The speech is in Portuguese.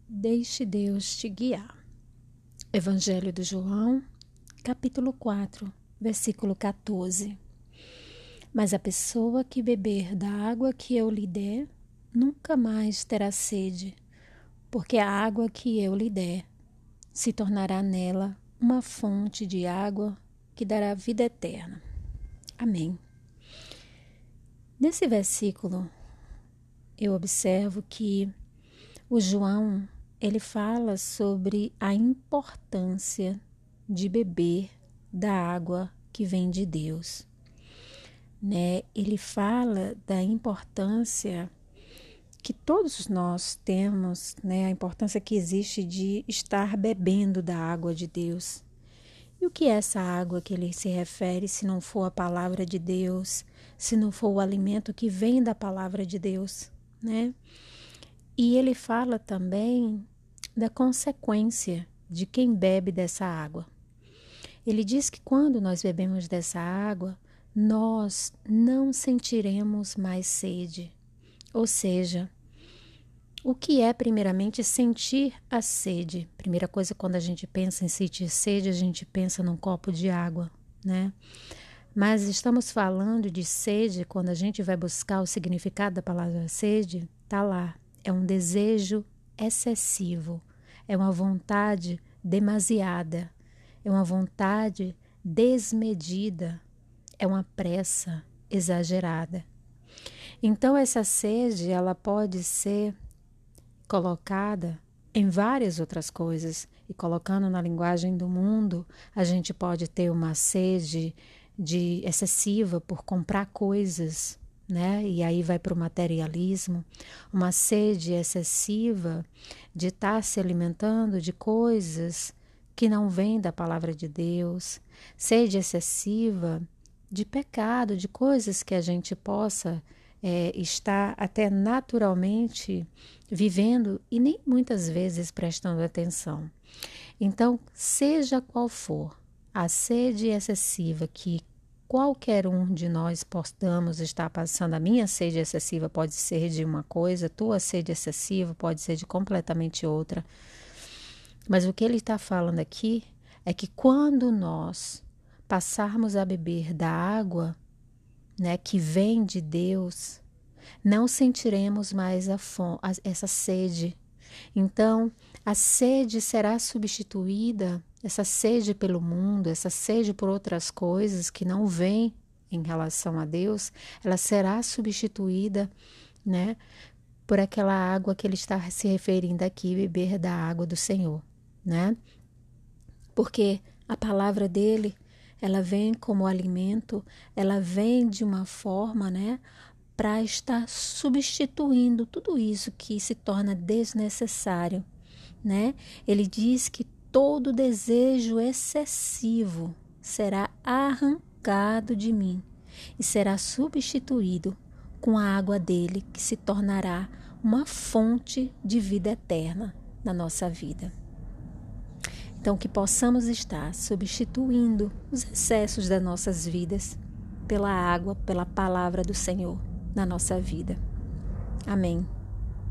Deixe Deus te guiar. Evangelho de João, capítulo 4, versículo 14. Mas a pessoa que beber da água que eu lhe der, nunca mais terá sede, porque a água que eu lhe der se tornará nela uma fonte de água que dará vida eterna. Amém. Nesse versículo, eu observo que o João, ele fala sobre a importância de beber da água que vem de Deus. Ele fala da importância que todos nós temos, a importância que existe de estar bebendo da água de Deus. E o que é essa água que ele se refere se não for a palavra de Deus, se não for o alimento que vem da palavra de Deus, E ele fala também da consequência de quem bebe dessa água. Ele diz que quando nós bebemos dessa água, nós não sentiremos mais sede. Ou seja, o que é primeiramente sentir a sede? Primeira coisa, quando a gente pensa em sentir sede, a gente pensa num copo de água, Mas estamos falando de sede, quando a gente vai buscar o significado da palavra sede, está lá. É um desejo excessivo, é uma vontade demasiada, é uma vontade desmedida, é uma pressa exagerada. Então essa sede, ela pode ser colocada em várias outras coisas, e colocando na linguagem do mundo, a gente pode ter uma sede excessiva por comprar coisas, E aí vai para o materialismo, uma sede excessiva de estar se alimentando de coisas que não vêm da palavra de Deus, sede excessiva de pecado, de coisas que a gente possa estar até naturalmente vivendo e nem muitas vezes prestando atenção. Então, seja qual for a sede excessiva que qualquer um de nós possamos estar passando, a minha sede excessiva pode ser de uma coisa, tua sede excessiva pode ser de completamente outra. Mas o que ele está falando aqui é que quando nós passarmos a beber da água, que vem de Deus, não sentiremos mais essa sede. Então, a sede será substituída, essa sede pelo mundo, essa sede por outras coisas que não vêm em relação a Deus, ela será substituída, por aquela água que ele está se referindo aqui, beber da água do Senhor, Porque a palavra dele, ela vem como alimento, ela vem de uma forma, para estar substituindo tudo isso que se torna desnecessário, Ele diz que todo desejo excessivo será arrancado de mim e será substituído com a água dele, que se tornará uma fonte de vida eterna na nossa vida. Então, que possamos estar substituindo os excessos das nossas vidas pela água, pela palavra do Senhor na nossa vida. Amém.